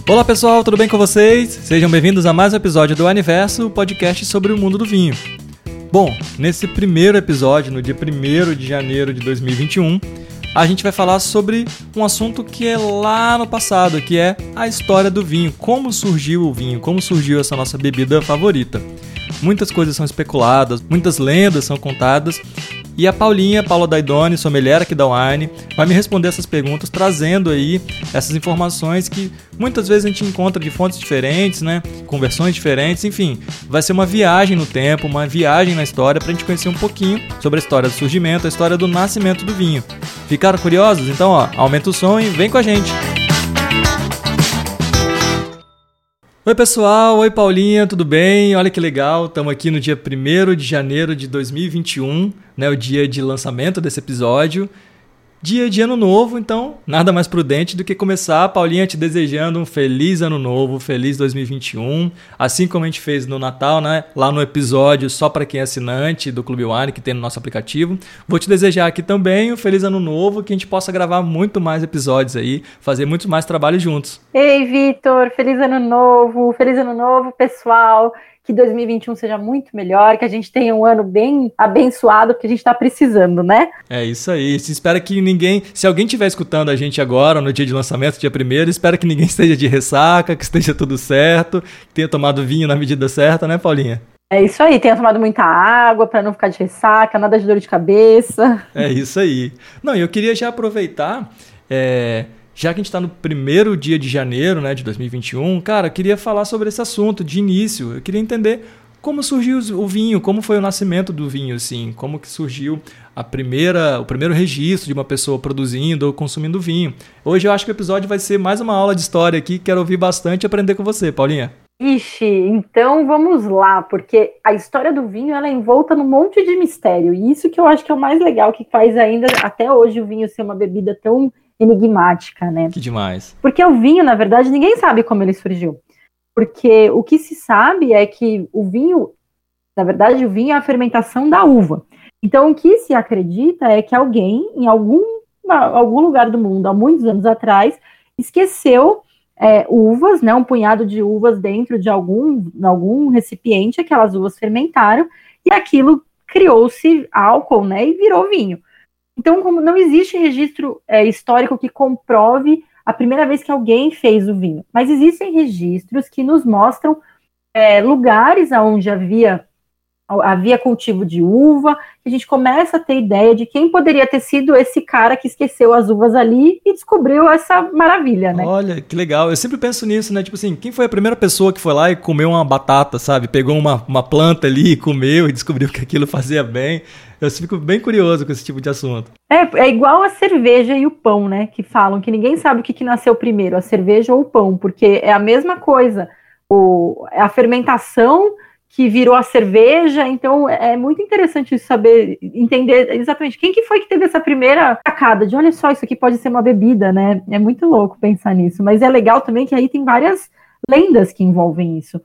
Olá pessoal, tudo bem com vocês? Sejam bem-vindos a mais um episódio do Aniverso, o podcast sobre o mundo do vinho. Bom, nesse primeiro episódio, no dia 1º de janeiro de 2021, a gente vai falar sobre um assunto que é lá no passado, que é a história do vinho, como surgiu o vinho, como surgiu essa nossa bebida favorita. Muitas coisas são especuladas, muitas lendas são contadas, e a Paula Daidoni, sommelier aqui da Wine, vai me responder essas perguntas, trazendo aí essas informações que muitas vezes a gente encontra de fontes diferentes, né? Com versões diferentes, enfim. Vai ser uma viagem no tempo, uma viagem na história para a gente conhecer um pouquinho sobre a história do surgimento, a história do nascimento do vinho. Ficaram curiosos? Então, aumenta o som e vem com a gente! Oi pessoal, oi Paulinha, tudo bem? Olha que legal, estamos aqui no dia 1º de janeiro de 2021, né, o dia de lançamento desse episódio. Dia de ano novo, então nada mais prudente do que começar, Paulinha, te desejando um feliz ano novo, feliz 2021, assim como a gente fez no Natal, né? Lá no episódio só para quem é assinante do Clube Wine, que tem no nosso aplicativo. Vou te desejar aqui também um feliz ano novo, que a gente possa gravar muito mais episódios aí, fazer muito mais trabalho juntos. Ei, Vitor, feliz ano novo, pessoal. Que 2021 seja muito melhor, que a gente tenha um ano bem abençoado, que a gente está precisando, né? É isso aí. Espero que ninguém, se alguém estiver escutando a gente agora, no dia de lançamento, dia 1º, espero que ninguém esteja de ressaca, que esteja tudo certo, que tenha tomado vinho na medida certa, né, Paulinha? É isso aí, tenha tomado muita água para não ficar de ressaca, nada de dor de cabeça. É isso aí. Não, eu queria já aproveitar, já que a gente está no 1º dia de janeiro, né, de 2021, cara, eu queria falar sobre esse assunto de início. Eu queria entender como surgiu o vinho, como foi o nascimento do vinho, assim, como que surgiu o primeiro registro de uma pessoa produzindo ou consumindo vinho. Hoje eu acho que o episódio vai ser mais uma aula de história aqui, quero ouvir bastante e aprender com você, Paulinha. Ixi, então vamos lá, porque a história do vinho ela é envolta num monte de mistério, e isso que eu acho que é o mais legal, que faz ainda até hoje o vinho ser uma bebida tão enigmática, né? Que demais. Porque o vinho, na verdade, ninguém sabe como ele surgiu. Porque o que se sabe é que o vinho, na verdade, o vinho é a fermentação da uva. Então, o que se acredita é que alguém, em algum lugar do mundo, há muitos anos atrás, esqueceu uvas, né, um punhado de uvas dentro de algum recipiente, aquelas uvas fermentaram, e aquilo criou-se álcool, né, e virou vinho. Então, como não existe registro histórico que comprove a primeira vez que alguém fez o vinho, mas existem registros que nos mostram lugares onde havia cultivo de uva, que a gente começa a ter ideia de quem poderia ter sido esse cara que esqueceu as uvas ali e descobriu essa maravilha, né? Olha, que legal. Eu sempre penso nisso, né? Tipo assim, quem foi a primeira pessoa que foi lá e comeu uma batata, sabe? Pegou uma planta ali e comeu e descobriu que aquilo fazia bem. Eu fico bem curioso com esse tipo de assunto. É igual a cerveja e o pão, né? Que falam que ninguém sabe o que nasceu primeiro, a cerveja ou o pão, porque é a mesma coisa. É a fermentação que virou a cerveja, então é muito interessante saber, entender exatamente quem que foi que teve essa primeira sacada de, olha só, isso aqui pode ser uma bebida, né? É muito louco pensar nisso, mas é legal também que aí tem várias lendas que envolvem isso.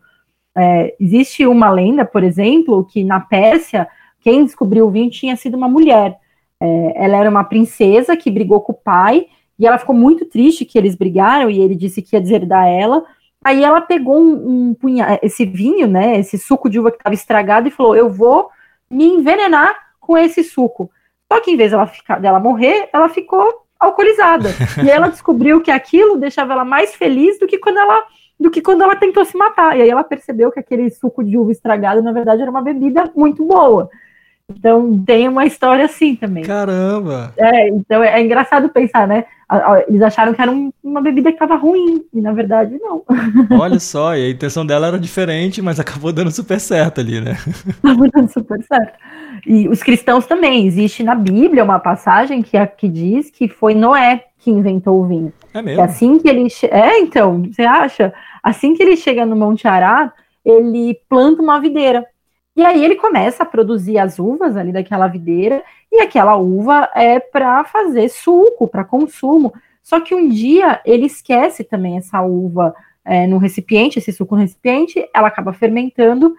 Existe uma lenda, por exemplo, que na Pérsia, quem descobriu o vinho tinha sido uma mulher. Ela era uma princesa que brigou com o pai, e ela ficou muito triste que eles brigaram, e ele disse que ia deserdar ela. Aí ela pegou um punhado, esse vinho, né, esse suco de uva que estava estragado, e falou, eu vou me envenenar com esse suco. Só que em vez dela morrer, ela ficou alcoolizada. E ela descobriu que aquilo deixava ela mais feliz do que quando ela tentou se matar. E aí ela percebeu que aquele suco de uva estragado, na verdade, era uma bebida muito boa. Então tem uma história assim também. Caramba! Então é engraçado pensar, né? Eles acharam que era uma bebida que estava ruim, e na verdade não. Olha só, e a intenção dela era diferente, mas acabou dando super certo ali, né? Acabou dando super certo. E os cristãos também, existe na Bíblia uma passagem que diz que foi Noé que inventou o vinho. É mesmo? Que assim que ele... então, você acha? Assim que ele chega no Monte Ará, ele planta uma videira. E aí ele começa a produzir as uvas ali daquela videira, e aquela uva é para fazer suco, para consumo. Só que um dia ele esquece também essa uva no recipiente, esse suco no recipiente, ela acaba fermentando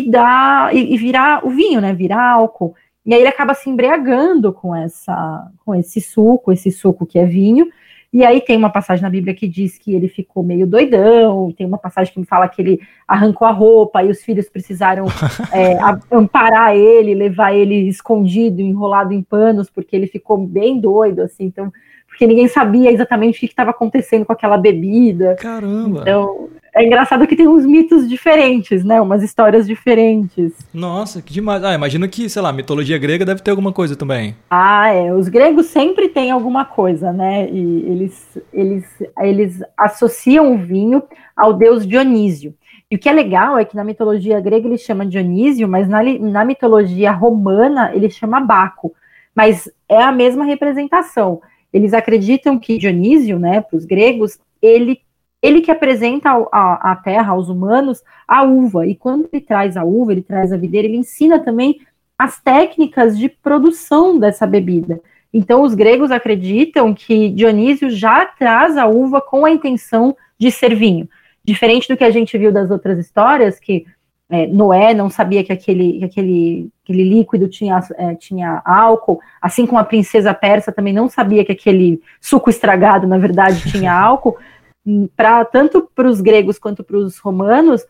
e vira o vinho, né? Vira álcool. E aí ele acaba se embriagando com esse suco que é vinho, E aí tem uma passagem na Bíblia que diz que ele ficou meio doidão, tem uma passagem que me fala que ele arrancou a roupa e os filhos precisaram amparar ele, levar ele escondido, enrolado em panos, porque ele ficou bem doido, assim, então, porque ninguém sabia exatamente o que estava acontecendo com aquela bebida. Caramba! Então, é engraçado que tem uns mitos diferentes, né? Umas histórias diferentes. Nossa, que demais. Imagino que, sei lá, mitologia grega deve ter alguma coisa também. Os gregos sempre têm alguma coisa, né? E eles associam o vinho ao deus Dionísio. E o que é legal é que na mitologia grega ele chama Dionísio, mas na mitologia romana ele chama Baco. Mas é a mesma representação. Eles acreditam que Dionísio, né, para os gregos, ele que apresenta à terra, aos humanos, a uva. E quando ele traz a uva, ele traz a videira, ele ensina também as técnicas de produção dessa bebida. Então, os gregos acreditam que Dionísio já traz a uva com a intenção de ser vinho. Diferente do que a gente viu das outras histórias, que Noé não sabia que aquele líquido tinha álcool, assim como a princesa persa também não sabia que aquele suco estragado, na verdade, tinha álcool. Tanto para os gregos quanto para os romanos,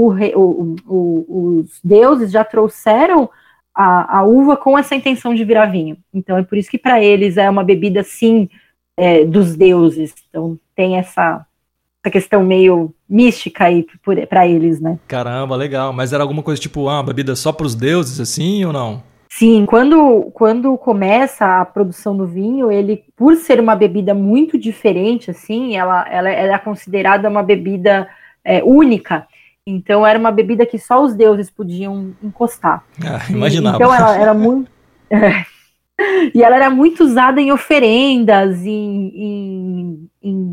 os deuses já trouxeram a uva com essa intenção de virar vinho. Então é por isso que para eles é uma bebida, sim, dos deuses. Então tem essa questão meio mística aí para eles, né? Caramba, legal. Mas era alguma coisa tipo, uma bebida só para os deuses, assim, ou não? Sim, quando começa a produção do vinho, ele, por ser uma bebida muito diferente, assim, ela é considerada uma bebida única. Então, era uma bebida que só os deuses podiam encostar. Imaginava. Então, ela era muito... E ela era muito usada em oferendas, em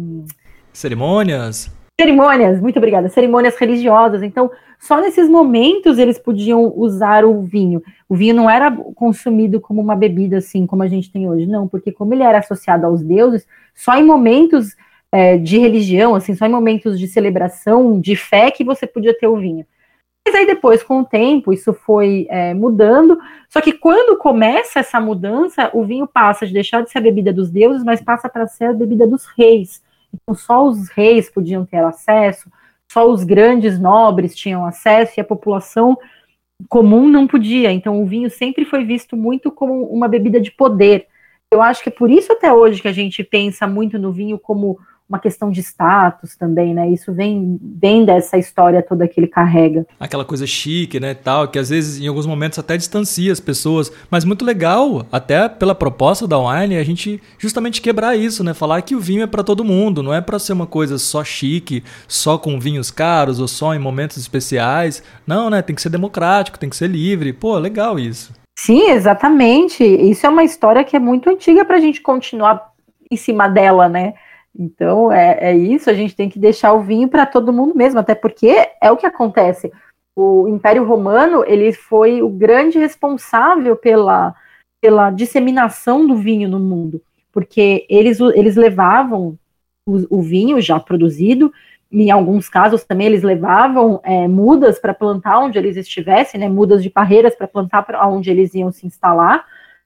cerimônias? Cerimônias, muito obrigada. Cerimônias religiosas. Então, só nesses momentos eles podiam usar o vinho. O vinho não era consumido como uma bebida, assim, como a gente tem hoje, não, porque como ele era associado aos deuses, só em momentos de religião, assim, só em momentos de celebração, de fé, que você podia ter o vinho. Mas aí depois, com o tempo, isso foi mudando. Só que quando começa essa mudança, o vinho passa de deixar de ser a bebida dos deuses, mas passa para ser a bebida dos reis. Então, só os reis podiam ter acesso, só os grandes nobres tinham acesso e a população comum não podia. Então, o vinho sempre foi visto muito como uma bebida de poder. Eu acho que é por isso até hoje que a gente pensa muito no vinho como uma questão de status também, né? Isso vem dessa história toda que ele carrega. Aquela coisa chique, né, tal, que às vezes, em alguns momentos, até distancia as pessoas. Mas muito legal, até pela proposta da Wine, a gente justamente quebrar isso, né? Falar que o vinho é para todo mundo, não é para ser uma coisa só chique, só com vinhos caros ou só em momentos especiais. Não, né? Tem que ser democrático, tem que ser livre. Pô, legal isso. Sim, exatamente. Isso é uma história que é muito antiga para a gente continuar em cima dela, né? Então, é isso, a gente tem que deixar o vinho para todo mundo mesmo, até porque é o que acontece. O Império Romano, ele foi o grande responsável pela disseminação do vinho no mundo, porque eles levavam o vinho já produzido, em alguns casos também eles levavam mudas para plantar onde eles estivessem, né, mudas de parreiras para plantar onde eles iam se instalar.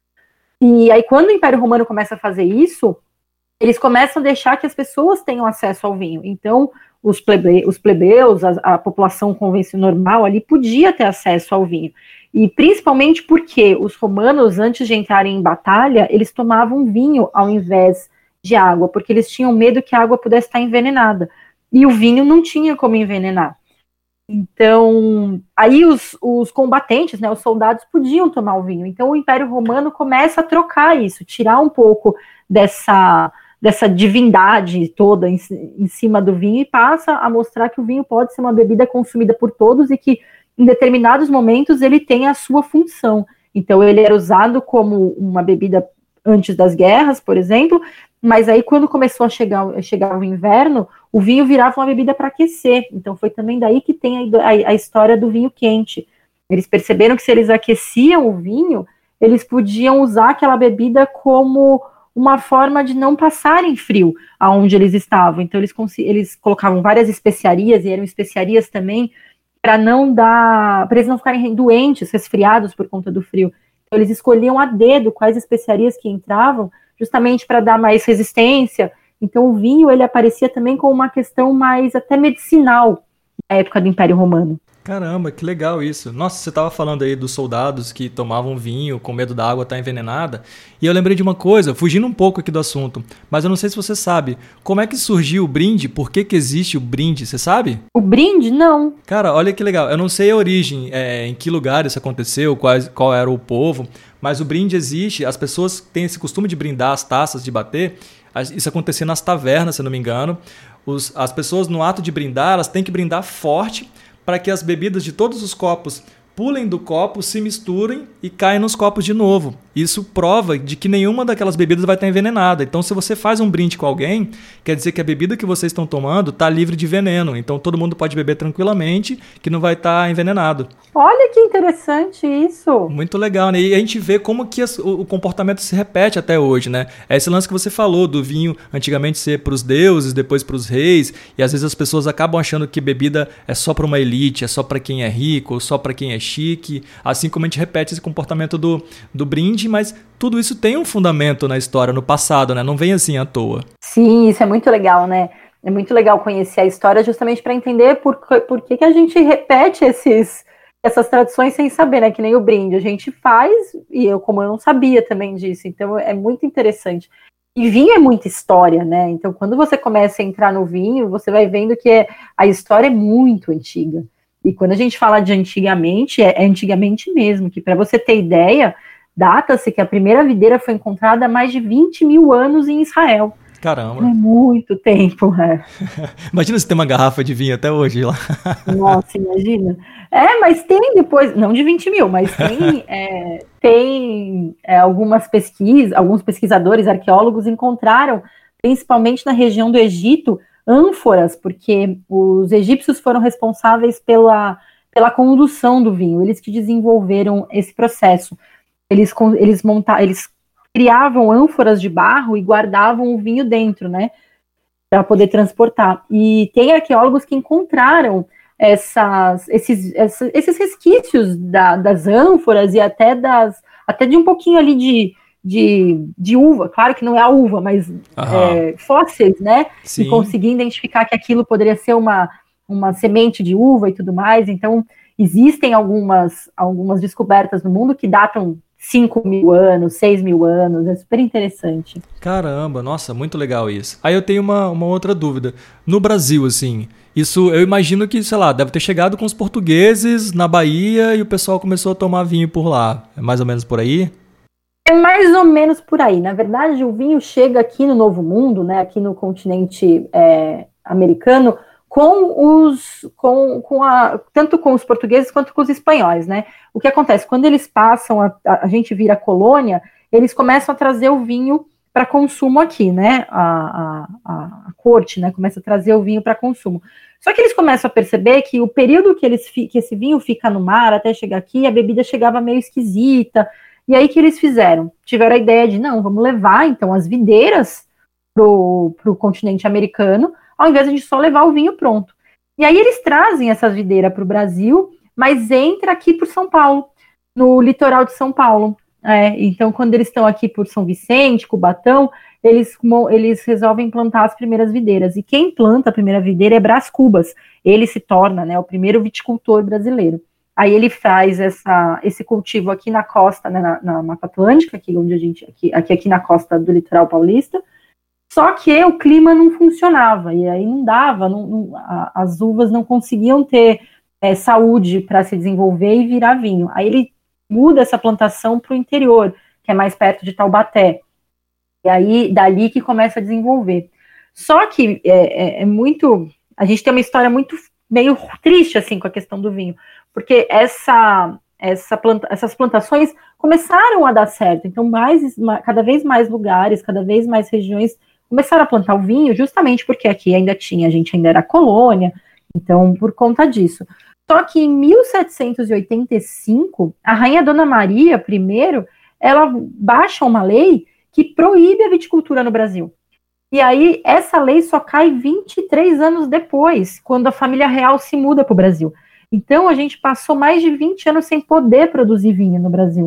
E aí, quando o Império Romano começa a fazer isso, eles começam a deixar que as pessoas tenham acesso ao vinho. Então, os plebeus, a população convencional normal ali podia ter acesso ao vinho. E principalmente porque os romanos, antes de entrarem em batalha, eles tomavam vinho ao invés de água, porque eles tinham medo que a água pudesse estar envenenada. E o vinho não tinha como envenenar. Então, aí os combatentes, né, os soldados podiam tomar o vinho. Então, o Império Romano começa a trocar isso, tirar um pouco dessa divindade toda em cima do vinho e passa a mostrar que o vinho pode ser uma bebida consumida por todos e que em determinados momentos ele tem a sua função. Então ele era usado como uma bebida antes das guerras, por exemplo, mas aí quando começou a chegar o inverno, o vinho virava uma bebida para aquecer. Então foi também daí que tem a história do vinho quente. Eles perceberam que se eles aqueciam o vinho, eles podiam usar aquela bebida como uma forma de não passarem frio aonde eles estavam. Então eles colocavam várias especiarias, e eram especiarias também para eles não ficarem doentes, resfriados por conta do frio. Então eles escolhiam a dedo quais especiarias que entravam, justamente para dar mais resistência Então o vinho, ele aparecia também como uma questão mais até medicinal na época do Império Romano. Caramba, que legal isso. Nossa, você estava falando aí dos soldados que tomavam vinho com medo da água estar envenenada. E eu lembrei de uma coisa, fugindo um pouco aqui do assunto, mas eu não sei se você sabe. Como é que surgiu o brinde? Por que que existe o brinde? Você sabe? O brinde, não. Cara, olha que legal. Eu não sei a origem, em que lugar isso aconteceu, qual era o povo, mas o brinde existe. As pessoas têm esse costume de brindar as taças, de bater. Isso acontecia nas tavernas, se eu não me engano. As pessoas, no ato de brindar, elas têm que brindar forte para que as bebidas de todos os copos pulem do copo, se misturem e caem nos copos de novo. Isso prova de que nenhuma daquelas bebidas vai estar envenenada. Então, se você faz um brinde com alguém, quer dizer que a bebida que vocês estão tomando está livre de veneno. Então, todo mundo pode beber tranquilamente, que não vai estar envenenado. Olha que interessante isso. Muito legal, né? E a gente vê como que o comportamento se repete até hoje, né? É esse lance que você falou do vinho antigamente ser para os deuses, depois para os reis, e às vezes as pessoas acabam achando que bebida é só para uma elite, é só para quem é rico, ou só para quem é chique, assim como a gente repete esse comportamento do brinde, mas tudo isso tem um fundamento na história, no passado, né? Não vem assim à toa. Sim, isso é muito legal, né? É muito legal conhecer a história justamente para entender por que a gente repete essas tradições sem saber, né? Que nem o brinde. A gente faz, e como eu não sabia também disso, então é muito interessante. E vinho é muita história, né? Então, quando você começa a entrar no vinho, você vai vendo que a história é muito antiga. E quando a gente fala de antigamente, é antigamente mesmo, que para você ter ideia, data-se que a primeira videira foi encontrada há mais de 20 mil anos em Israel. Caramba. É muito tempo, né? Imagina se tem uma garrafa de vinho até hoje lá. Nossa, imagina. Mas tem depois, não de 20 mil, mas tem algumas pesquisas, alguns pesquisadores, arqueólogos encontraram, principalmente na região do Egito, ânforas, porque os egípcios foram responsáveis pela condução do vinho, eles que desenvolveram esse processo. Eles criavam ânforas de barro e guardavam o vinho dentro, né, para poder transportar. E tem arqueólogos que encontraram esses resquícios das ânforas e até de um pouquinho ali de uva, claro que não é a uva, mas fósseis, né? Sim. E conseguir identificar que aquilo poderia ser uma semente de uva e tudo mais. Então, existem algumas descobertas no mundo que datam 5 mil anos, 6 mil anos, é super interessante. Caramba, nossa, muito legal isso. Aí eu tenho uma outra dúvida. No Brasil, assim, isso eu imagino que, sei lá, deve ter chegado com os portugueses na Bahia e o pessoal começou a tomar vinho por lá. É mais ou menos por aí? É mais ou menos por aí. Na verdade, o vinho chega aqui no Novo Mundo, né, aqui no continente americano, tanto com os portugueses quanto com os espanhóis, né? O que acontece? Quando eles passam, a gente vira colônia, eles começam a trazer o vinho para consumo aqui, né? A corte, né, começa a trazer o vinho para consumo. Só que eles começam a perceber que o período que esse vinho fica no mar até chegar aqui, a bebida chegava meio esquisita. E aí que eles fizeram? Tiveram a ideia de, não, vamos levar, então, as videiras pro continente americano, ao invés de a gente só levar o vinho pronto. E aí eles trazem essas videiras para o Brasil, mas entra aqui por São Paulo, no litoral de São Paulo. Então, quando eles estão aqui por São Vicente, Cubatão, eles resolvem plantar as primeiras videiras. E quem planta a primeira videira é Brás Cubas. Ele se torna, né, o primeiro viticultor brasileiro. Aí ele faz esse cultivo aqui na costa, né, na Mata Atlântica, aqui na costa do litoral paulista, só que o clima não funcionava, e aí não dava, as uvas não conseguiam ter saúde para se desenvolver e virar vinho. Aí ele muda essa plantação para o interior, que é mais perto de Taubaté, e aí dali que começa a desenvolver. Só que a gente tem uma história meio triste assim com a questão do vinho, porque essas plantações começaram a dar certo, então cada vez mais lugares, cada vez mais regiões começaram a plantar o vinho, justamente porque aqui a gente ainda era colônia, então por conta disso. Só que em 1785, a rainha Dona Maria I, ela baixa uma lei que proíbe a viticultura no Brasil. E aí essa lei só cai 23 anos depois, quando a família real se muda para o Brasil. Então, a gente passou mais de 20 anos sem poder produzir vinho no Brasil.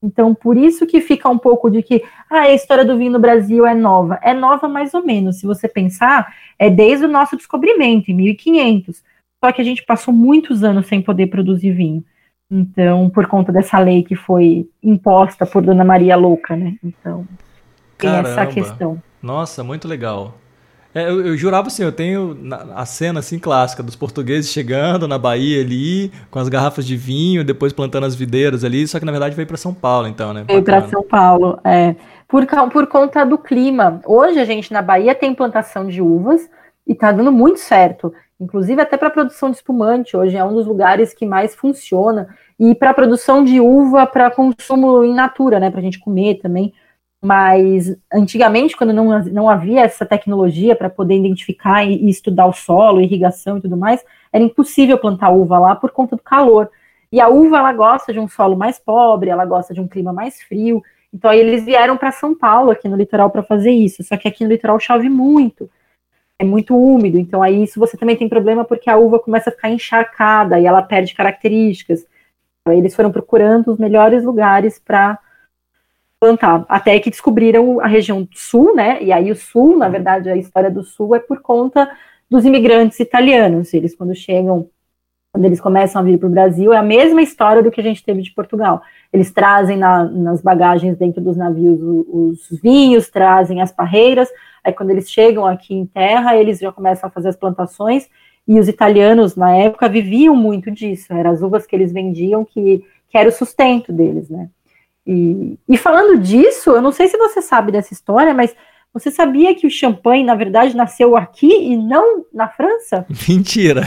Então, por isso que fica um pouco de que a história do vinho no Brasil é nova. É nova mais ou menos, se você pensar, é desde o nosso descobrimento, em 1500. Só que a gente passou muitos anos sem poder produzir vinho. Então, por conta dessa lei que foi imposta por Dona Maria Louca, né? Então, tem essa questão. Nossa, muito legal. Eu jurava assim, eu tenho a cena assim clássica dos portugueses chegando na Bahia ali, com as garrafas de vinho, depois plantando as videiras ali, só que na verdade veio para São Paulo, então, né? Veio para São Paulo, por conta do clima. Hoje a gente na Bahia tem plantação de uvas e tá dando muito certo, inclusive até para produção de espumante, hoje é um dos lugares que mais funciona, e para produção de uva para consumo in natura, né, pra gente comer também. Mas antigamente, quando não havia essa tecnologia para poder identificar e estudar o solo, irrigação e tudo mais, era impossível plantar uva lá por conta do calor. E a uva, ela gosta de um solo mais pobre, ela gosta de um clima mais frio. Então, aí eles vieram para São Paulo, aqui no litoral, para fazer isso. Só que aqui no litoral chove muito, é muito úmido. Então, aí isso você também tem problema porque a uva começa a ficar encharcada e ela perde características. Aí eles foram procurando os melhores lugares para plantar, até que descobriram a região do sul, né, e aí o sul, na verdade, a história do sul é por conta dos imigrantes italianos, eles quando eles começam a vir para o Brasil, é a mesma história do que a gente teve de Portugal, eles trazem nas bagagens dentro dos navios os vinhos, trazem as parreiras, aí quando eles chegam aqui em terra, eles já começam a fazer as plantações, e os italianos, na época, viviam muito disso, eram as uvas que eles vendiam, que era o sustento deles, né. E falando disso, eu não sei se você sabe dessa história, mas você sabia que o champanhe, na verdade, nasceu aqui e não na França? Mentira!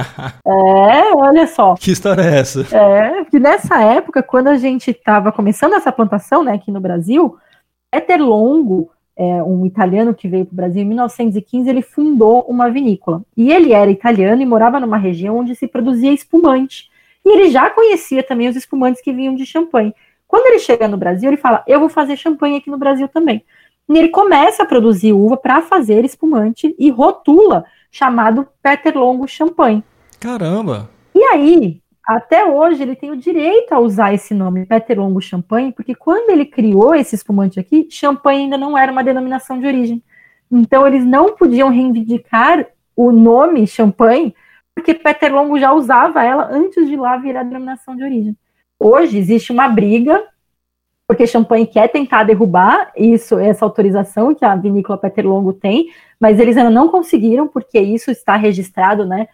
Olha só. Que história é essa? Que nessa época, quando a gente estava começando essa plantação, né, aqui no Brasil, Peter Longo, um italiano que veio para o Brasil em 1915, ele fundou uma vinícola. E ele era italiano e morava numa região onde se produzia espumante. E ele já conhecia também os espumantes que vinham de champanhe. Quando ele chega no Brasil, ele fala, eu vou fazer champanhe aqui no Brasil também. E ele começa a produzir uva para fazer espumante e rotula, chamado Peter Longo Champanhe. Caramba! E aí, até hoje, ele tem o direito a usar esse nome, Peter Longo Champanhe, porque quando ele criou esse espumante aqui, champanhe ainda não era uma denominação de origem. Então, eles não podiam reivindicar o nome champanhe, porque Peter Longo já usava ela antes de lá virar denominação de origem. Hoje existe uma briga, porque champanhe quer tentar derrubar essa autorização que a vinícola Peter Longo tem, mas eles ainda não conseguiram, porque isso está registrado, né,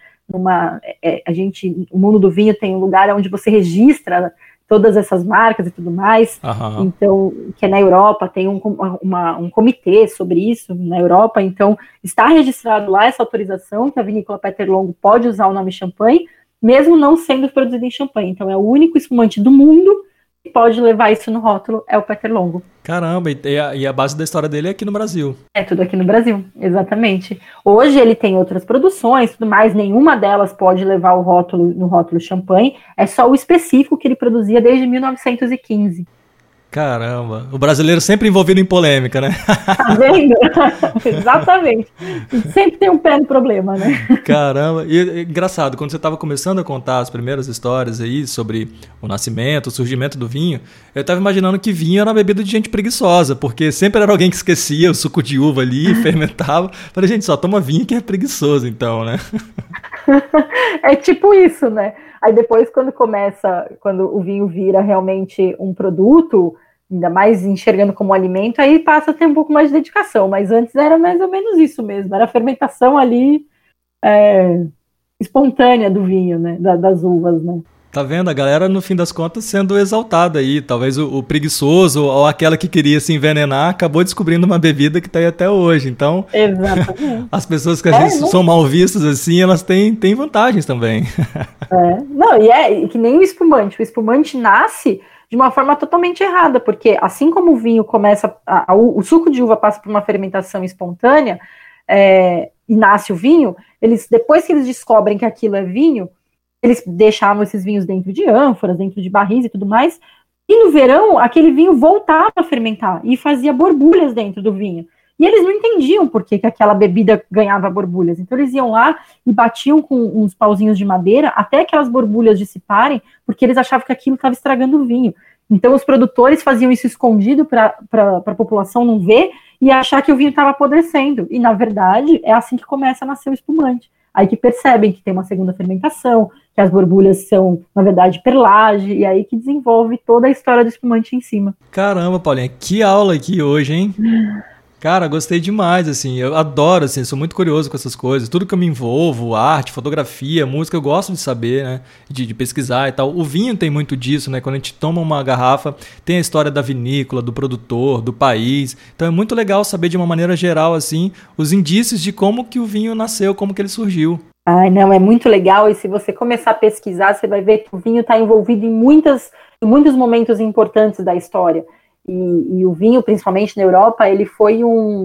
o mundo do vinho tem um lugar onde você registra todas essas marcas e tudo mais, então, que é na Europa, tem um comitê sobre isso na Europa, então está registrado lá essa autorização que a vinícola Peter Longo pode usar o nome champanhe, mesmo não sendo produzido em champanhe. Então é o único espumante do mundo que pode levar isso no rótulo, é o Peter Longo. Caramba, e a base da história dele é aqui no Brasil. É tudo aqui no Brasil, exatamente. Hoje ele tem outras produções, tudo mais, nenhuma delas pode levar o rótulo no rótulo champanhe, é só o específico que ele produzia desde 1915. Caramba, o brasileiro sempre envolvido em polêmica, né? Tá vendo? Exatamente. Sempre tem um pé no problema, né? Caramba, e engraçado, quando você estava começando a contar as primeiras histórias aí sobre o nascimento, o surgimento do vinho, eu estava imaginando que vinho era uma bebida de gente preguiçosa, porque sempre era alguém que esquecia o suco de uva ali, fermentava. Falei, gente, só toma vinho que é preguiçoso, então, né? É tipo isso, né? Aí depois, quando o vinho vira realmente um produto, ainda mais enxergando como alimento, aí passa a ter um pouco mais de dedicação, mas antes era mais ou menos isso mesmo, era a fermentação ali espontânea do vinho, né, das uvas, né. Tá vendo? A galera, no fim das contas, sendo exaltada aí. Talvez o preguiçoso ou aquela que queria se envenenar acabou descobrindo uma bebida que tá aí até hoje. Então, exatamente. As pessoas que às vezes são mal vistas assim, elas têm vantagens também. Não, e que nem o espumante nasce de uma forma totalmente errada, porque assim como o vinho começa, o suco de uva passa por uma fermentação espontânea e nasce o vinho, depois que eles descobrem que aquilo é vinho, eles deixavam esses vinhos dentro de ânforas, dentro de barris e tudo mais, e no verão aquele vinho voltava a fermentar e fazia borbulhas dentro do vinho. E eles não entendiam por que aquela bebida ganhava borbulhas. Então eles iam lá e batiam com uns pauzinhos de madeira até aquelas borbulhas dissiparem, porque eles achavam que aquilo estava estragando o vinho. Então os produtores faziam isso escondido para a população não ver e achar que o vinho estava apodrecendo. E na verdade é assim que começa a nascer o espumante. Aí que percebem que tem uma segunda fermentação, que as borbulhas são, na verdade, perlage, e aí que desenvolve toda a história do espumante em cima. Caramba, Paulinha, que aula aqui hoje, hein? Cara, gostei demais, assim, eu adoro, assim, sou muito curioso com essas coisas, tudo que eu me envolvo, arte, fotografia, música, eu gosto de saber, né, de pesquisar e tal. O vinho tem muito disso, né, quando a gente toma uma garrafa, tem a história da vinícola, do produtor, do país, então é muito legal saber de uma maneira geral, assim, os indícios de como que o vinho nasceu, como que ele surgiu. Ai, não, é muito legal, e se você começar a pesquisar, você vai ver que o vinho está envolvido em muitos momentos importantes da história. E o vinho, principalmente na Europa, ele foi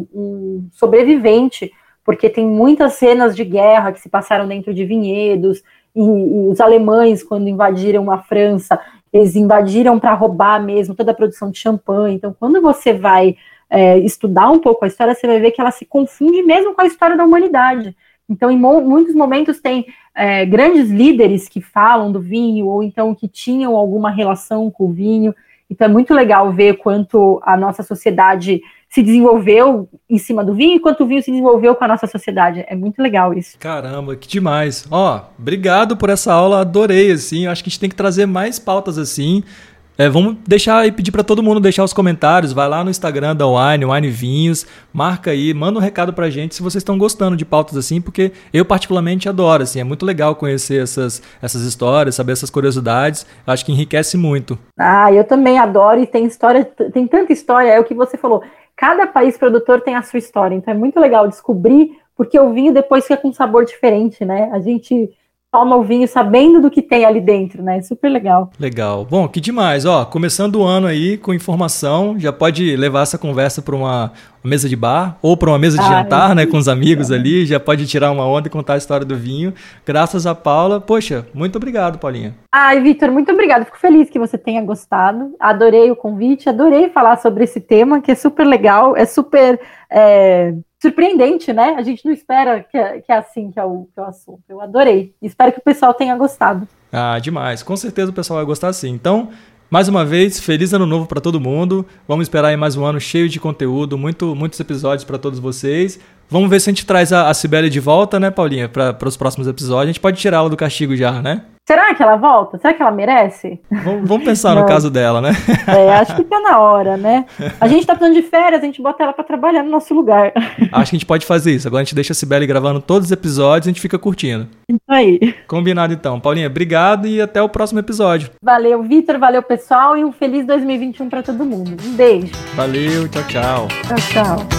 um sobrevivente, porque tem muitas cenas de guerra que se passaram dentro de vinhedos, e os alemães, quando invadiram a França, eles invadiram para roubar mesmo toda a produção de champanhe. Então, quando você vai estudar um pouco a história, você vai ver que ela se confunde mesmo com a história da humanidade. Então, em muitos momentos tem grandes líderes que falam do vinho, ou então que tinham alguma relação com o vinho. Então é muito legal ver quanto a nossa sociedade se desenvolveu em cima do vinho e quanto o vinho se desenvolveu com a nossa sociedade. É muito legal isso. Caramba, que demais. Ó, obrigado por essa aula, adorei, assim. Eu acho que a gente tem que trazer mais pautas assim. Vamos deixar e pedir para todo mundo deixar os comentários. Vai lá no Instagram da Wine Vinhos, marca aí, manda um recado pra gente se vocês estão gostando de pautas assim, porque eu particularmente adoro, assim, é muito legal conhecer essas histórias, saber essas curiosidades. Eu acho que enriquece muito. Ah, eu também adoro, e tem história, tem tanta história, é o que você falou. Cada país produtor tem a sua história, então é muito legal descobrir, porque o vinho depois fica com um sabor diferente, né? A gente toma o vinho sabendo do que tem ali dentro, né? Super legal. Legal. Bom, que demais. Ó, começando o ano aí com informação, já pode levar essa conversa para uma mesa de bar ou para uma mesa de jantar, né, com os amigos ali, já pode tirar uma onda e contar a história do vinho. Graças a Paula. Poxa, muito obrigado, Paulinha. Ai, Vitor, muito obrigada. Fico feliz que você tenha gostado. Adorei o convite, adorei falar sobre esse tema, que é super legal, é super surpreendente, né? A gente não espera que é assim que é o assunto. Eu adorei. Espero que o pessoal tenha gostado. Ah, demais. Com certeza o pessoal vai gostar sim. Então, mais uma vez, feliz ano novo para todo mundo. Vamos esperar aí mais um ano cheio de conteúdo, muitos episódios para todos vocês. Vamos ver se a gente traz a Cibele de volta, né, Paulinha, para os próximos episódios. A gente pode tirar ela do castigo já, né? Será que ela volta? Será que ela merece? Vamos pensar no caso dela, né? Acho que tá na hora, né? A gente tá precisando de férias, a gente bota ela pra trabalhar no nosso lugar. Acho que a gente pode fazer isso. Agora a gente deixa a Cibele gravando todos os episódios e a gente fica curtindo. Isso aí. Combinado então. Paulinha, obrigado e até o próximo episódio. Valeu, Vitor, valeu, pessoal, e um feliz 2021 pra todo mundo. Um beijo. Valeu, tchau, tchau. Tchau, tchau.